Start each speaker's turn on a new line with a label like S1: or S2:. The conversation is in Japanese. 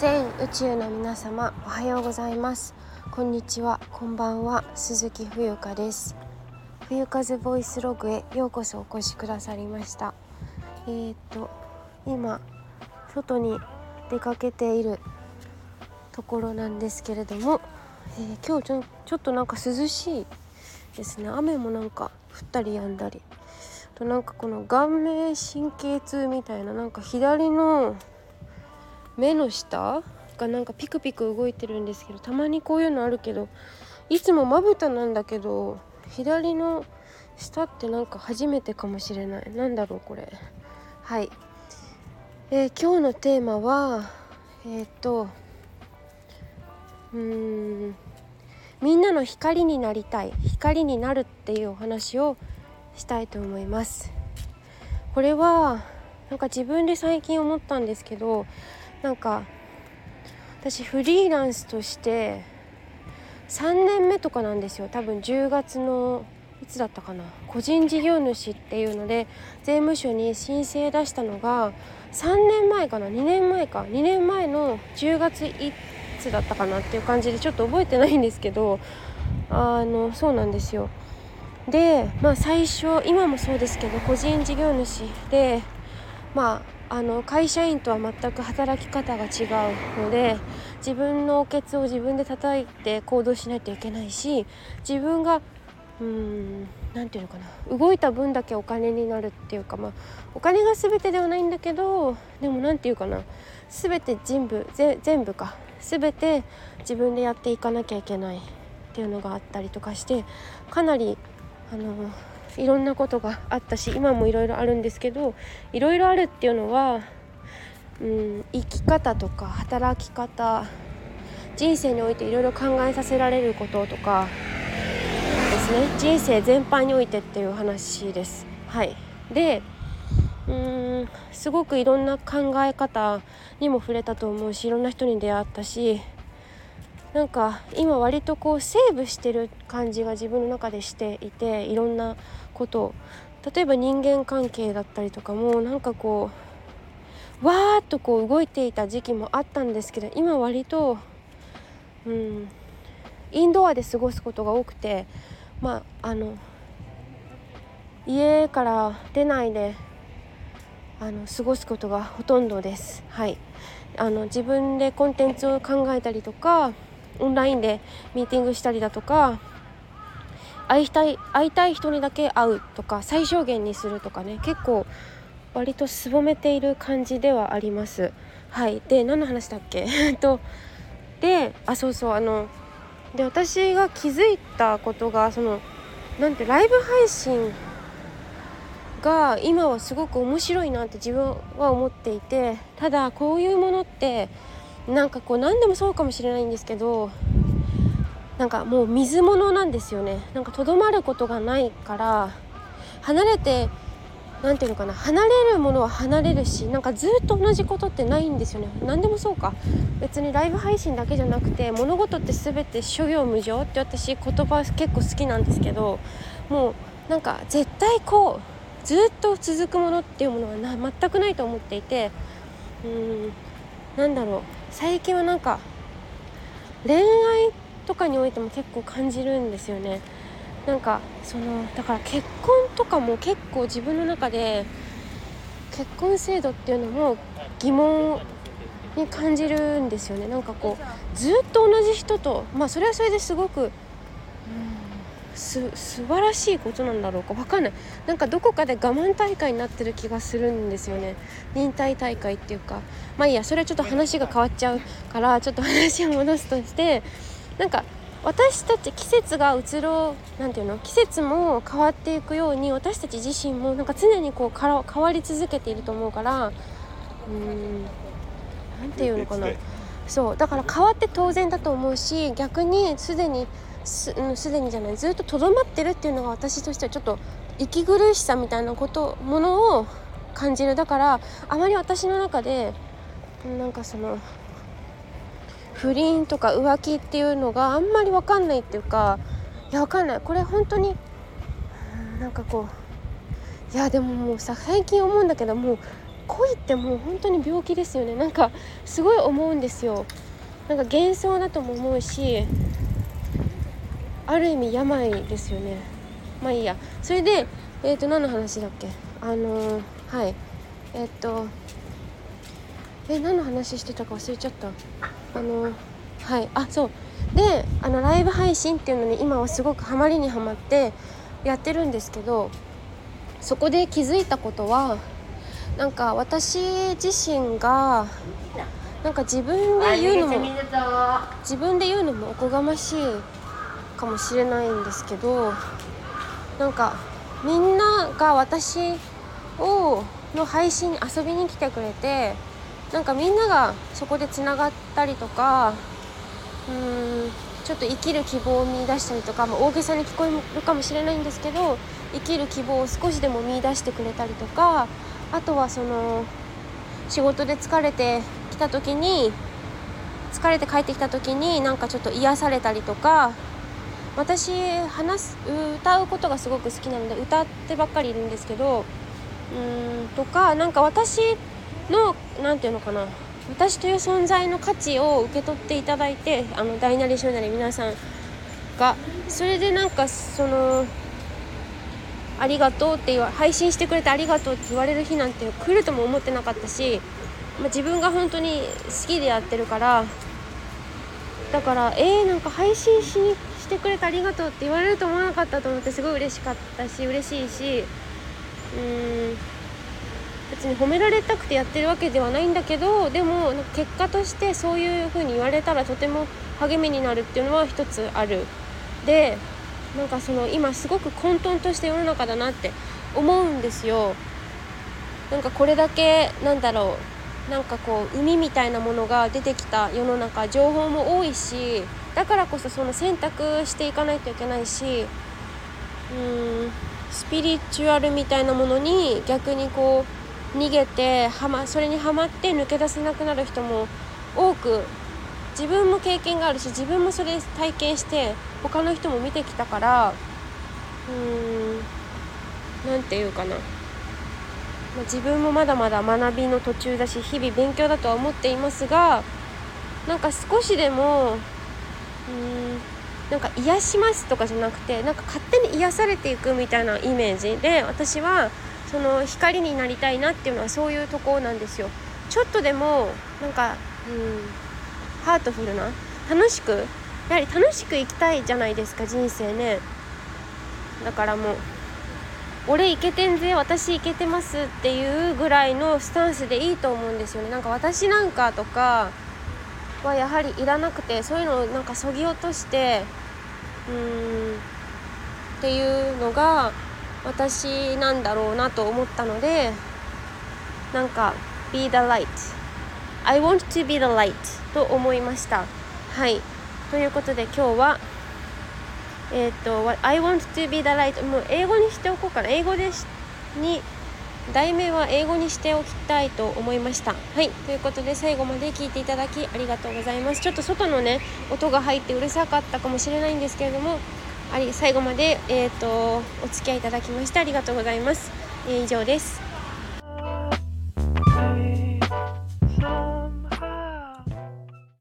S1: 全宇宙の皆様、おはようございます。こんにちは、こんばんは。鈴木冬香です。冬風ボイスログへようこそお越しくださりました。今外に出かけているところなんですけれども、今日ちょっとなんか涼しいですね。雨もなんか降ったり止んだり、あとなんかこの顔面神経痛みたいな、なんか左の目の下がなんかピクピク動いてるんですけど、たまにこういうのあるけど、いつもまぶたなんだけど左の下ってなんか初めてかもしれない。なんだろうこれ。はい、今日のテーマはみんなの光になりたい、光になるっていうお話をしたいと思います。これはなんか自分で最近思ったんですけど、なんか私フリーランスとして3年目とかなんですよ。多分10月のいつだったかな、個人事業主っていうので税務署に申請出したのが3年前かな、2年前の10月いつだったかなっていう感じで、ちょっと覚えてないんですけど、そうなんですよ。で、最初、今もそうですけど、個人事業主で会社員とは全く働き方が違うので、自分のおけつを自分で叩いて行動しないといけないし、自分がなんていうのかな、動いた分だけお金になるっていうか、お金が全てではないんだけど、でもなんていうかな、全て全部全て自分でやっていかなきゃいけないっていうのがあったりとかして、かなりいろんなことがあったし、今もいろいろあるんですけど、いろいろあるっていうのは、生き方とか働き方、人生においていろいろ考えさせられることとかですね、人生全般においてっていう話です。はい。で、すごくいろんな考え方にも触れたと思うし、いろんな人に出会ったし、なんか今割とこうセーブしてる感じが自分の中でしていて、いろんなことを、例えば人間関係だったりとかも、なんかこうわーっとこう動いていた時期もあったんですけど、今割とインドアで過ごすことが多くて、家から出ないで過ごすことがほとんどです。はい。自分でコンテンツを考えたりとか、オンラインでミーティングしたりだとか、会いたい人にだけ会うとか、最小限にするとかね、結構割とすぼめている感じではあります。はい。で、何の話だっけで、で、私が気づいたことが、ライブ配信が今はすごく面白いなって自分は思っていて、ただこういうものってなんかこう何でもそうかもしれないんですけど、なんかもう水物なんですよね。なんかとどまることがないから、離れて、なんていうのかな、離れるものは離れるし、なんかずっと同じことってないんですよね。何でもそうか、別にライブ配信だけじゃなくて、物事って全て諸行無常って私言葉結構好きなんですけど、もうなんか絶対こうずっと続くものっていうものは全くないと思っていて、なんだろう、最近はなんか恋愛とかにおいても結構感じるんですよね。なんかだから結婚とかも結構自分の中で、結婚制度っていうのも疑問に感じるんですよね。なんかこうずっと同じ人と、それはそれですごく素晴らしいことなんだろうか、分かんない。なんかどこかで我慢大会になってる気がするんですよね。忍耐大会っていうか、いいや、それはちょっと話が変わっちゃうから、ちょっと話を戻すとして、なんか私たち季節が季節も変わっていくように、私たち自身もなんか常にこう変わり続けていると思うから、なんていうのかな、そうだから変わって当然だと思うし、逆にすでにじゃない、ずっととどまってるっていうのが私としてはちょっと息苦しさみたいなものを感じる。だからあまり私の中でなんか不倫とか浮気っていうのがあんまり分かんないっていうか、いや分かんない、これ本当になんかこう、いやでももうさ、最近思うんだけど、もう恋ってもう本当に病気ですよね。なんかすごい思うんですよ。なんか幻想だとも思うし、ある意味病ですよね。まあいいや。それで何の話だっけ。はい何の話してたか忘れちゃった。はいそうでライブ配信っていうのに今はすごくハマりにハマってやってるんですけど、そこで気づいたことは、なんか私自身がなんか自分で言うのもおこがましいかもしれないんですけど、なんかみんなが私の配信に遊びに来てくれて、なんかみんながそこでつながったりとか、ちょっと生きる希望を見出したりとか、大げさに聞こえるかもしれないんですけど、生きる希望を少しでも見出してくれたりとか、あとはその仕事で疲れて帰ってきた時になんかちょっと癒されたりとか、私歌うことがすごく好きなので歌ってばっかりいるんですけど、とか、なんか私のなんていうのかな、私という存在の価値を受け取っていただいて、大なり小なり皆さんが、それでなんかありがとうって配信してくれてありがとうって言われる日なんて来るとも思ってなかったし、自分が本当に好きでやってるから、だからなんか配信してくれてありがとうって言われると思わなかったと思って、すごい嬉しかったし嬉しいし、別に褒められたくてやってるわけではないんだけど、でもなんか結果としてそういう風に言われたらとても励みになるっていうのは一つある。で、なんか今すごく混沌とした世の中だなって思うんですよ。なんかこれだけなんかこう海みたいなものが出てきた世の中、情報も多いし、だからこそ選択していかないといけないし、スピリチュアルみたいなものに逆にこう逃げてそれにはまって抜け出せなくなる人も多く、自分も経験があるし、自分もそれ体験して他の人も見てきたから、なんていうかな、自分もまだまだ学びの途中だし、日々勉強だとは思っていますが、なんか少しでもなんか癒しますとかじゃなくて、なんか勝手に癒されていくみたいなイメージで、私はその光になりたいなっていうのはそういうところなんですよ。ちょっとでもなんかハートフルな、やはり楽しく生きたいじゃないですか、人生ね。だからもう俺イケてんぜ、私イケてますっていうぐらいのスタンスでいいと思うんですよね。なんか私なんかとかはやはりいらなくて、そういうのをなんかそぎ落としてっていうのが私なんだろうなと思ったので、なんか be the light, I want to be the light と思いました。はい、ということで今日はI want to be the light、 もう英語にしておこうかな。題名は英語にしておきたいと思いました。はい、ということで最後まで聞いていただきありがとうございます。ちょっと外のね音が入ってうるさかったかもしれないんですけれども、最後までお付き合いいただきましてありがとうございます。以上です。